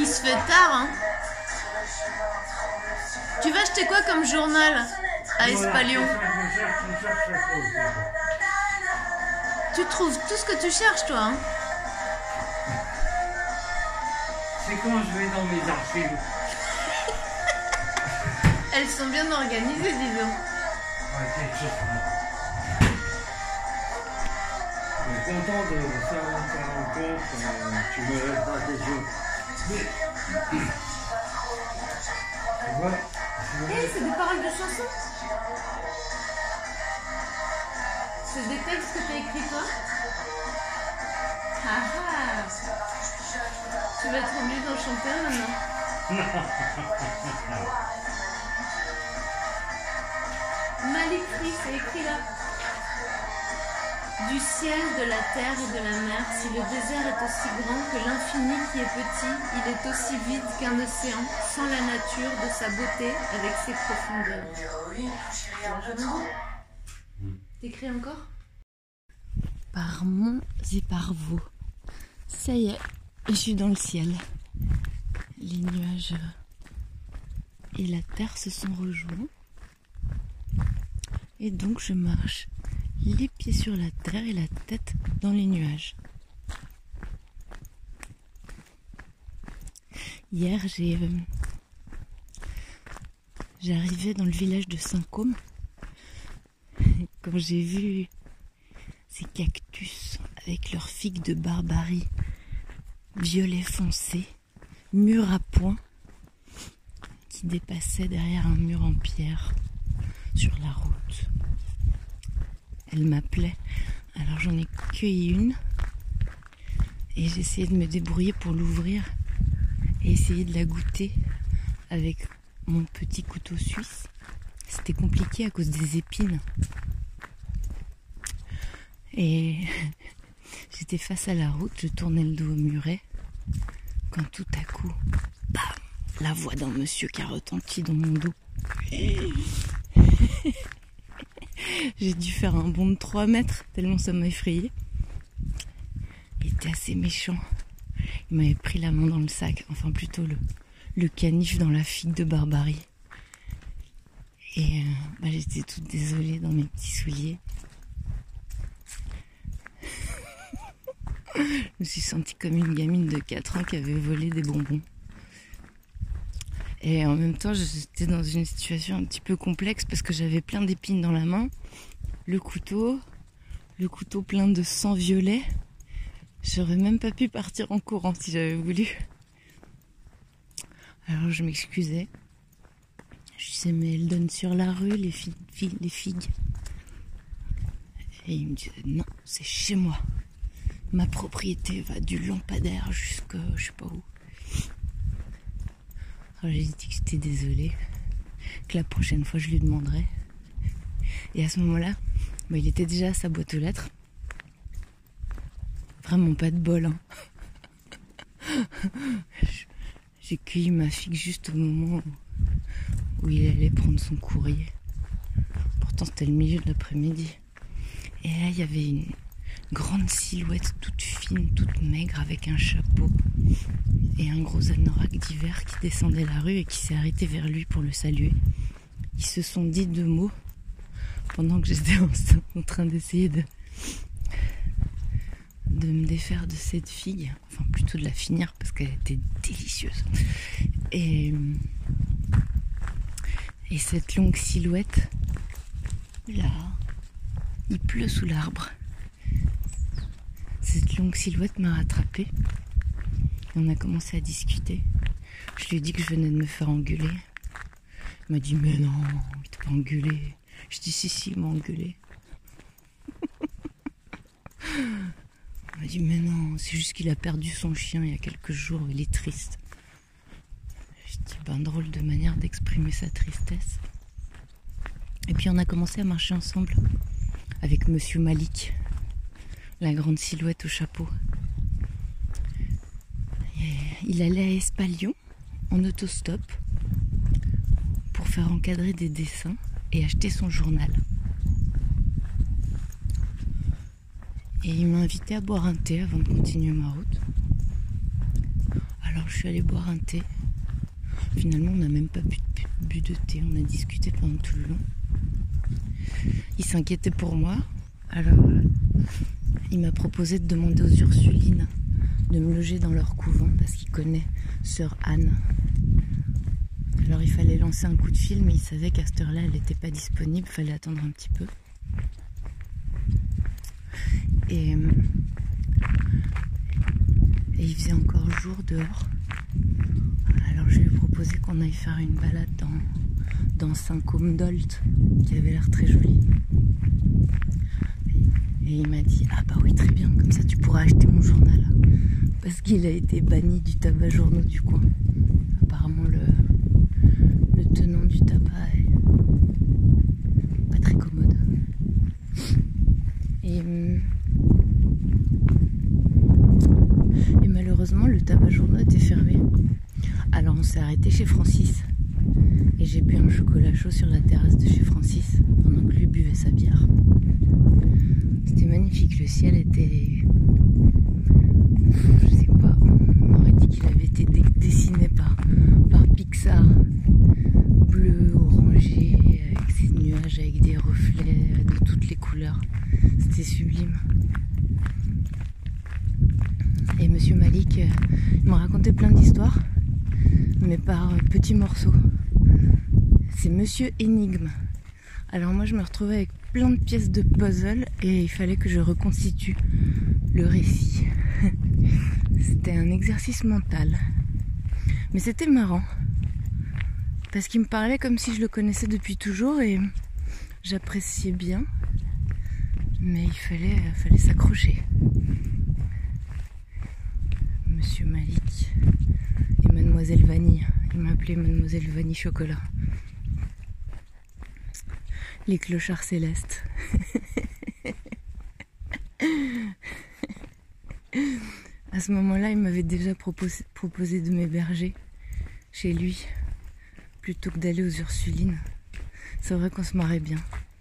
Il se fait tard, hein. Tu vas acheter quoi comme journal à Espalion? Tu trouves tout ce que tu cherches, toi, hein? C'est quand je vais dans mes archives. Elles sont bien organisées, dis donc. Ouais, quelque chose comme ça. Je suis content de faire la rencontre. Tu me lèves pas tes yeux. Tu vois? Hé, c'est des paroles de chansons. C'est des textes que t'as écrits, toi? Ah ah. Tu vas être obligé d'en chanter un maintenant. Malik Free, c'est écrit là. Du ciel, de la terre et de la mer, si le désert est aussi grand que l'infini qui est petit, il est aussi vide qu'un océan, sans la nature de sa beauté avec ses profondeurs. T'écris encore? Par monts et par vaux. Ça y est, je suis dans le ciel. Les nuages et la terre se sont rejoints. Et donc je marche les pieds sur la terre et la tête dans les nuages. Hier, j'arrivais dans le village de Saint-Côme quand j'ai vu ces cactus avec leurs figues de barbarie violet foncé, mûres à point, qui dépassaient derrière un mur en pierre sur la route. Elle m'appelait, alors j'en ai cueilli une et j'ai essayé de me débrouiller pour l'ouvrir et essayer de la goûter avec mon petit couteau suisse. C'était compliqué à cause des épines. Et j'étais face à la route, je tournais le dos au muret, quand tout à coup, bam, la voix d'un monsieur qui a retenti dans mon dos. J'ai dû faire un bond de 3 mètres, tellement ça m'a effrayé. Il était assez méchant. Il m'avait pris la main dans le sac, enfin plutôt le canif dans la figue de barbarie. Et j'étais toute désolée dans mes petits souliers. Je me suis sentie comme une gamine de 4 ans qui avait volé des bonbons. Et en même temps, j'étais dans une situation un petit peu complexe parce que j'avais plein d'épines dans la main, le couteau plein de sang violet. J'aurais même pas pu partir en courant si j'avais voulu. Alors je m'excusais. Je disais, mais elle donne sur la rue les figues. Et il me disait, non, c'est chez moi. Ma propriété va du lampadaire jusqu'à je sais pas où. Alors j'ai dit que j'étais désolée, que la prochaine fois je lui demanderais. Et à ce moment-là, il était déjà à sa boîte aux lettres. Vraiment pas de bol, hein. J'ai cueilli ma figue juste au moment où il allait prendre son courrier. Pourtant c'était le milieu de l'après-midi. Et là il y avait une grande silhouette toute fine, toute maigre avec un chapeau et un gros anorak d'hiver qui descendait la rue et qui s'est arrêté vers lui pour le saluer. Ils se sont dit 2 mots pendant que j'étais en train d'essayer de me défaire de cette figue, enfin plutôt de la finir parce qu'elle était délicieuse. Et cette longue silhouette, là, il pleut sous l'arbre. Cette longue silhouette m'a rattrapée. On a commencé à discuter. Je lui ai dit que je venais de me faire engueuler. Il m'a dit, mais non, il t'a pas engueulé. Je dis, si, il m'a engueulé. Il m'a dit, mais non, c'est juste qu'il a perdu son chien il y a quelques jours, il est triste. Je dis, drôle de manière d'exprimer sa tristesse. Et puis on a commencé à marcher ensemble avec Monsieur Malik, la grande silhouette au chapeau. Et il allait à Espalion en autostop pour faire encadrer des dessins et acheter son journal. Et il m'a invité à boire un thé avant de continuer ma route. Alors je suis allée boire un thé. Finalement, on n'a même pas bu de thé, on a discuté pendant tout le long. Il s'inquiétait pour moi, alors il m'a proposé de demander aux Ursulines de me loger dans leur couvent parce qu'il connaît sœur Anne. Alors il fallait lancer un coup de fil, mais il savait qu'à cette heure-là, elle n'était pas disponible, il fallait attendre un petit peu. Et il faisait encore jour dehors. Alors je lui ai proposé qu'on aille faire une balade dans Saint-Côme-d'Olt, qui avait l'air très joli. Et il m'a dit, ah bah oui, très bien, comme ça tu pourras acheter mon journal. Parce qu'il a été banni du tabac journaux du coin. Apparemment le tenant du tabac est pas très commode. Et malheureusement, le tabac journaux était fermé. Alors on s'est arrêté chez Francis. Et j'ai bu un chocolat chaud sur la terrasse de chez Francis pendant que lui buvait sa bière. C'était magnifique, le ciel était... Je sais pas, on aurait dit qu'il avait été dessiné par Pixar. Bleu, orangé, avec ces nuages, avec des reflets de toutes les couleurs. C'était sublime. Et Monsieur Malik, il m'a raconté plein d'histoires, mais par petits morceaux. C'est Monsieur Énigme. Alors moi je me retrouvais avec plein de pièces de puzzle et il fallait que je reconstitue le récit. C'était un exercice mental. Mais c'était marrant. Parce qu'il me parlait comme si je le connaissais depuis toujours et j'appréciais bien. Mais il fallait s'accrocher. Monsieur Malik et Mademoiselle Vanille. Il m'appelait Mademoiselle Vanille Chocolat. Les clochards célestes. À ce moment-là, il m'avait déjà proposé de m'héberger chez lui plutôt que d'aller aux Ursulines. C'est vrai qu'on se marrait bien.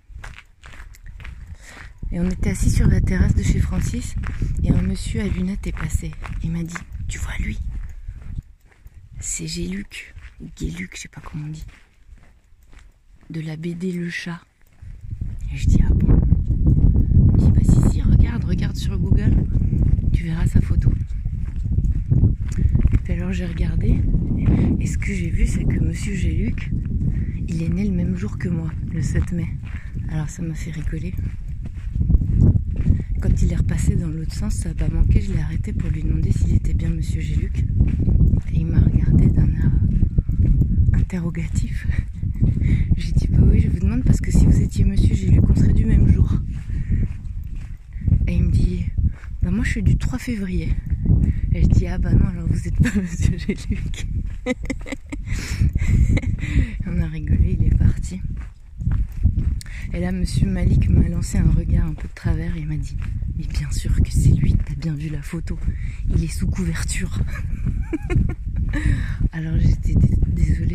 Et on était assis sur la terrasse de chez Francis et un monsieur à lunettes est passé. Il m'a dit, tu vois lui, c'est Géluc, ou Guéluc, je sais pas comment on dit, de la BD Le Chat. Et je dis, ah bon? Il me dit, bah si, regarde sur Google, tu verras sa photo. Puis alors j'ai regardé, et ce que j'ai vu, c'est que Monsieur Géluc, il est né le même jour que moi, le 7 mai. Alors ça m'a fait rigoler. Quand il est repassé dans l'autre sens, ça n'a pas manqué, je l'ai arrêté pour lui demander s'il était bien Monsieur Géluc. Et il m'a regardé d'un air interrogatif. J'ai dit, bah oui, je vous demande parce que si vous étiez Monsieur Géluc, on serait du même jour. Et il me dit, bah moi je suis du 3 février. Et je dis, ah bah non, alors vous n'êtes pas Monsieur Géluc. On a rigolé, il est parti. Et là, Monsieur Malik m'a lancé un regard un peu de travers et il m'a dit, mais bien sûr que c'est lui, t'as bien vu la photo, il est sous couverture. Alors j'étais désolée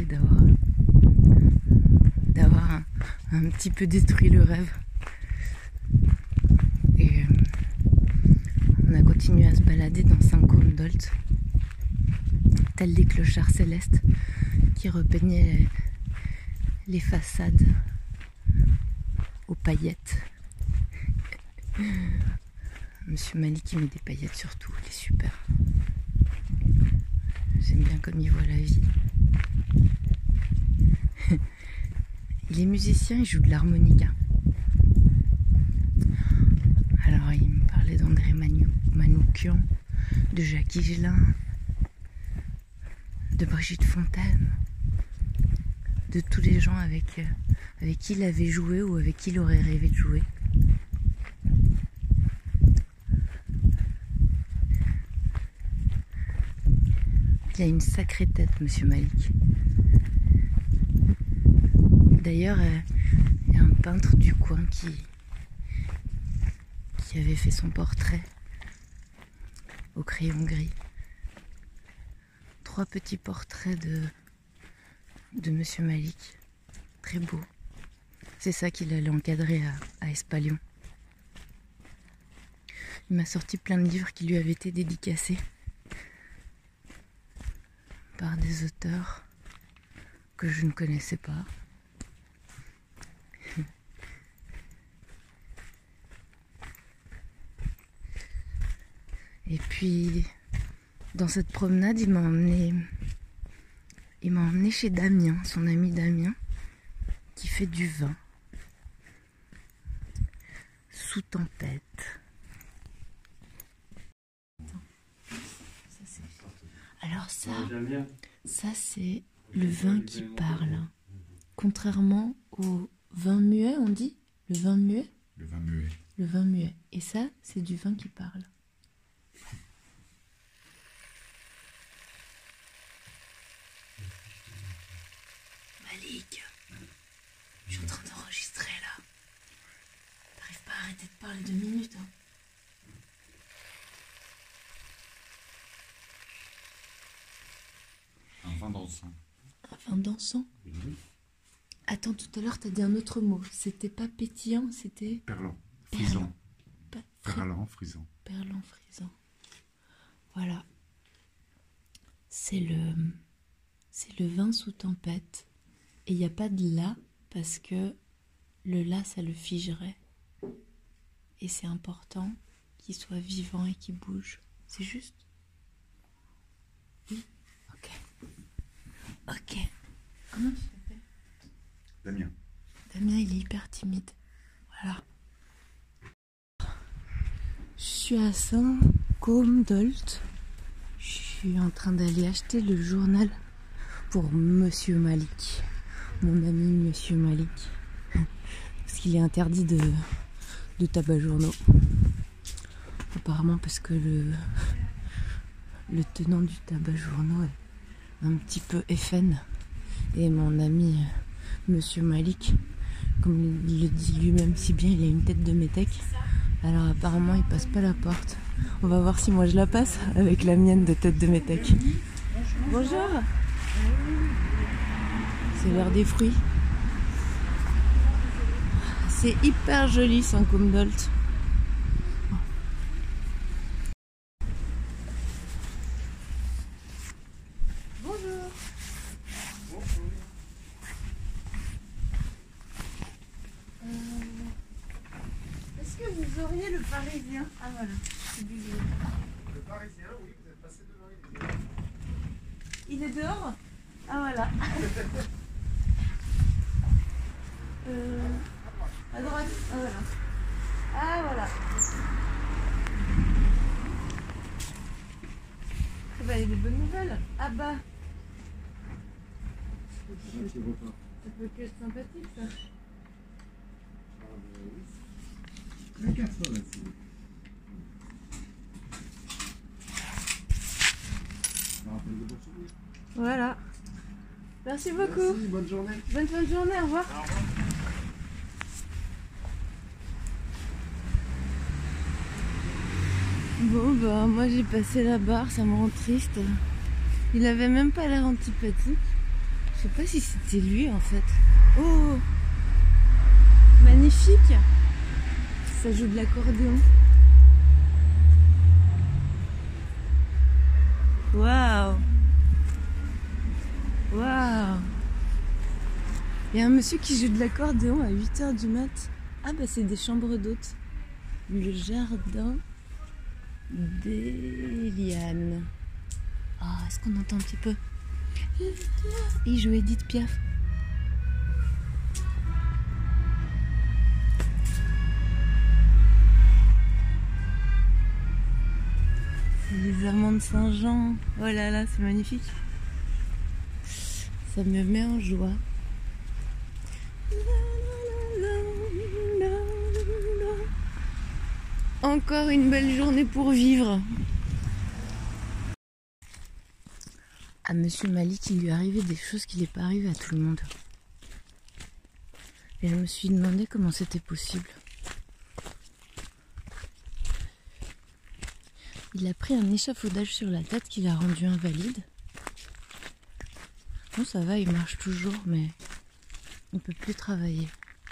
d'avoir un petit peu détruit le rêve. Et on a continué à se balader dans Saint-Côme-d'Olt, tels des clochards célestes qui repeignaient les façades aux paillettes. Monsieur Malik il met des paillettes sur tout, il est super. J'aime bien comme il voit la vie. Il est musicien, il joue de l'harmonica. Alors il me parlait d'André Manoukian, de Jacques Higelin, de Brigitte Fontaine, de tous les gens avec qui il avait joué ou avec qui il aurait rêvé de jouer. Il a une sacrée tête, Monsieur Malik. D'ailleurs, il y a un peintre du coin qui avait fait son portrait au crayon gris. 3 petits portraits de Monsieur Malik. Très beau. C'est ça qu'il allait encadrer à Espalion. Il m'a sorti plein de livres qui lui avaient été dédicacés. par des auteurs que je ne connaissais pas. Et puis, dans cette promenade, il m'a emmené chez Damien, son ami Damien, qui fait du vin. Sous tempête. Alors ça c'est le vin qui parle. Contrairement au vin muet, on dit? Le vin muet? Le vin muet. Le vin muet. Et ça, c'est du vin qui parle. Malik, je suis en train d'enregistrer là. T'arrives pas à arrêter de parler 2 minutes, hein. Un vin d'encens. Un vin d'encens? Oui. Attends, tout à l'heure, t'as dit un autre mot. C'était pas pétillant, c'était... Perlant. Frisant. Perlant, frisant. Perlant, frisant. Voilà. C'est le vin sous tempête. Et il n'y a pas de la, parce que le la, ça le figerait. Et c'est important qu'il soit vivant et qu'il bouge. C'est juste? Oui. Ok. Ok. Comment tu t'appelles? Damien. Damien, il est hyper timide. Voilà. Je suis à Saint-Côme-d'Olt. Je suis en train d'aller acheter le journal pour Monsieur Malik. Mon ami Monsieur Malik. Parce qu'il est interdit de tabac journaux. Apparemment parce que le tenant du tabac journaux est un petit peu FN. Et mon ami Monsieur Malik, comme il le dit lui-même si bien, il a une tête de métèque. Alors apparemment il passe pas la porte. On va voir si moi je la passe avec la mienne de tête de métèque. Bonjour. C'est l'heure des fruits. C'est hyper joli Saint-Côme-d'Olt. Bonjour. Est-ce que vous auriez le Parisien? Ah voilà, c'est du jeu. Le Parisien, oui, vous êtes passé devant les Il est dehors? Ah voilà. À droite. Ah voilà. Ah voilà. Ah bah, il y a des bonnes nouvelles. Ah bah. Ça peut que être sympathique ça. Le 4 là-dessus. Voilà. Merci beaucoup. Merci, bonne journée. Bonne fin de journée, au revoir. Au revoir. Bon bah moi j'ai passé la barre, ça me rend triste. Il avait même pas l'air antipathique. Je sais pas si c'était lui en fait. Oh, magnifique. Ça joue de l'accordéon. Waouh. Waouh. Il y a un monsieur qui joue de l'accordéon à 8h du mat. Ah bah c'est des chambres d'hôtes. Le jardin des lianes. Ah, est-ce qu'on entend un petit peu? Il joue Edith Piaf. C'est les amants de Saint-Jean. Oh là là, c'est magnifique. Ça me met en joie. Encore une belle journée pour vivre. À Monsieur Malik, il lui arrivait des choses qui n'est pas arrivé à tout le monde. Et je me suis demandé comment c'était possible. Il a pris un échafaudage sur la tête qui l'a rendu invalide. Bon, ça va, il marche toujours, mais il ne peut plus travailler.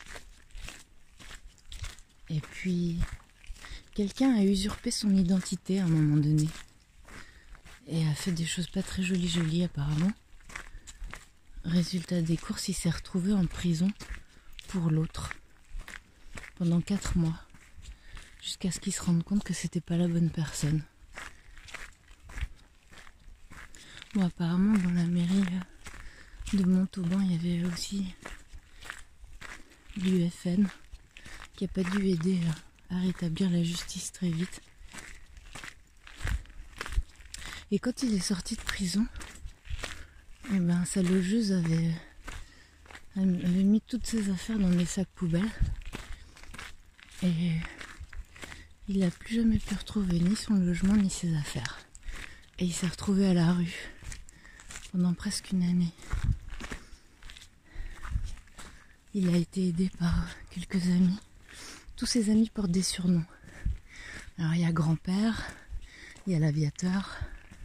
Et puis, quelqu'un a usurpé son identité à un moment donné. et a fait des choses pas très jolies apparemment. Résultat des courses, il s'est retrouvé en prison pour l'autre pendant 4 mois, jusqu'à ce qu'il se rende compte que c'était pas la bonne personne. Bon, apparemment dans la mairie de Montauban, il y avait aussi l'UFN qui a pas dû aider à rétablir la justice très vite. Et quand il est sorti de prison, eh ben, sa logeuse avait mis toutes ses affaires dans des sacs poubelles. Et il n'a plus jamais pu retrouver ni son logement ni ses affaires. Et il s'est retrouvé à la rue pendant presque une année. Il a été aidé par quelques amis. Tous ses amis portent des surnoms. Alors il y a grand-père, il y a l'aviateur,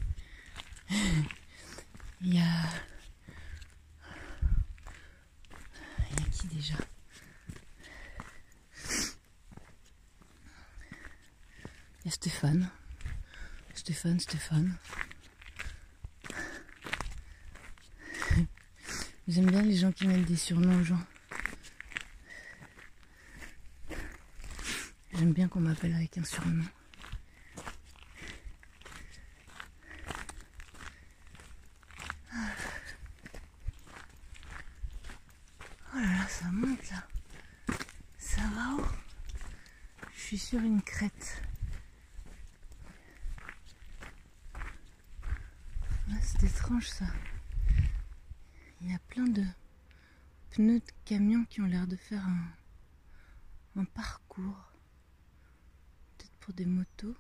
il y a qui déjà? Il y a Stéphane. J'aime bien les gens qui mettent des surnoms aux gens. J'aime bien qu'on m'appelle avec un surnom. Oh là là, ça monte là. Ça va où? Je suis sur une crête. Ouais, c'est étrange ça. Il y a plein de pneus de camions qui ont l'air de faire un parcours. Peut-être pour des motos.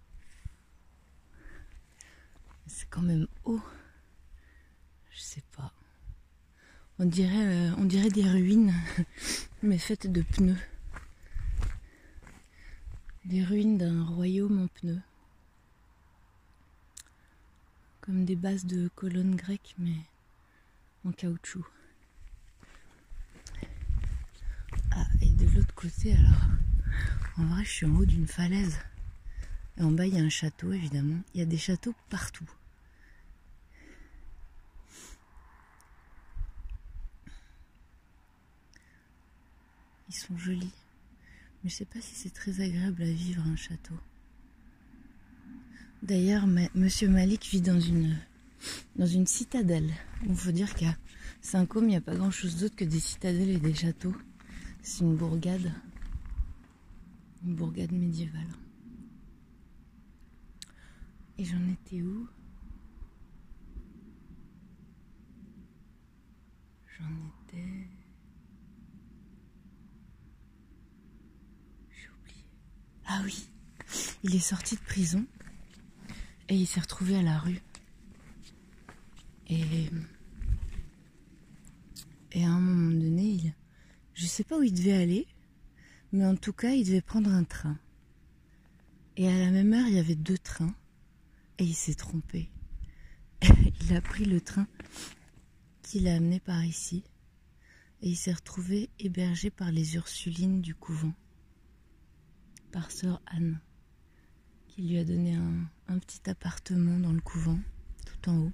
C'est quand même haut. Je sais pas. On dirait des ruines, mais faites de pneus. Des ruines d'un royaume en pneus. Comme des bases de colonnes grecques, mais en caoutchouc. Ah, et de l'autre côté, alors, en vrai, je suis en haut d'une falaise. Et en bas, il y a un château, évidemment. Il y a des châteaux partout. Ils sont jolis. Mais je sais pas si c'est très agréable à vivre un château. D'ailleurs, Monsieur Malik vit dans une citadelle. Il faut dire qu'à Saint-Côme, il n'y a pas grand-chose d'autre que des citadelles et des châteaux. C'est une bourgade médiévale. Et j'en étais où? J'ai oublié. Ah oui, il est sorti de prison et il s'est retrouvé à la rue. Et à un moment donné, je sais pas où il devait aller, mais en tout cas, il devait prendre un train. Et à la même heure, il y avait 2 trains et il s'est trompé. Il a pris le train qui l'a amené par ici et il s'est retrouvé hébergé par les Ursulines du couvent, par sœur Anne, qui lui a donné un petit appartement dans le couvent, tout en haut,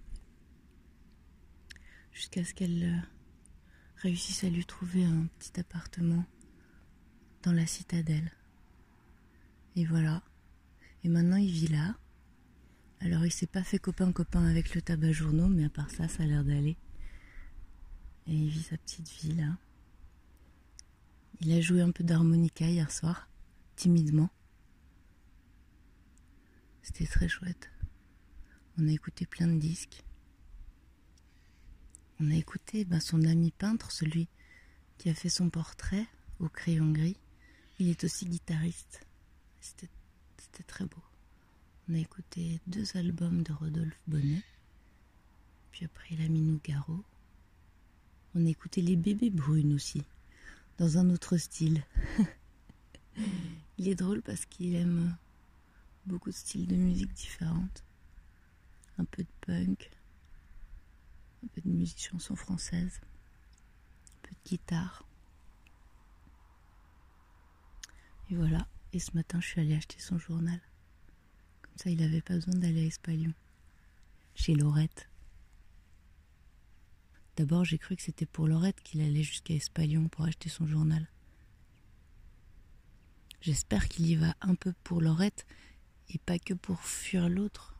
jusqu'à ce qu'elle réussisse à lui trouver un petit appartement dans la citadelle. Et voilà. Et maintenant il vit là. Alors il s'est pas fait copain avec le tabac journaux, mais à part ça, ça a l'air d'aller. Et il vit sa petite vie là. Il a joué un peu d'harmonica hier soir, timidement. C'était très chouette. On a écouté plein de disques. On a écouté son ami peintre, celui qui a fait son portrait au crayon gris. Il est aussi guitariste. C'était très beau. On a écouté 2 albums de Rodolphe Bonnet. Puis après, il a mis Nougaro. On a écouté les Bébés Brunes aussi, dans un autre style. Il est drôle parce qu'il aime beaucoup de styles de musique différentes. Un peu de punk, un peu de musique chanson française, un peu de guitare. Et voilà. Et ce matin, je suis allée acheter son journal. Comme ça, il n'avait pas besoin d'aller à Espalion. chez Laurette. D'abord, j'ai cru que c'était pour Laurette qu'il allait jusqu'à Espalion pour acheter son journal. J'espère qu'il y va un peu pour Laurette et pas que pour fuir l'autre.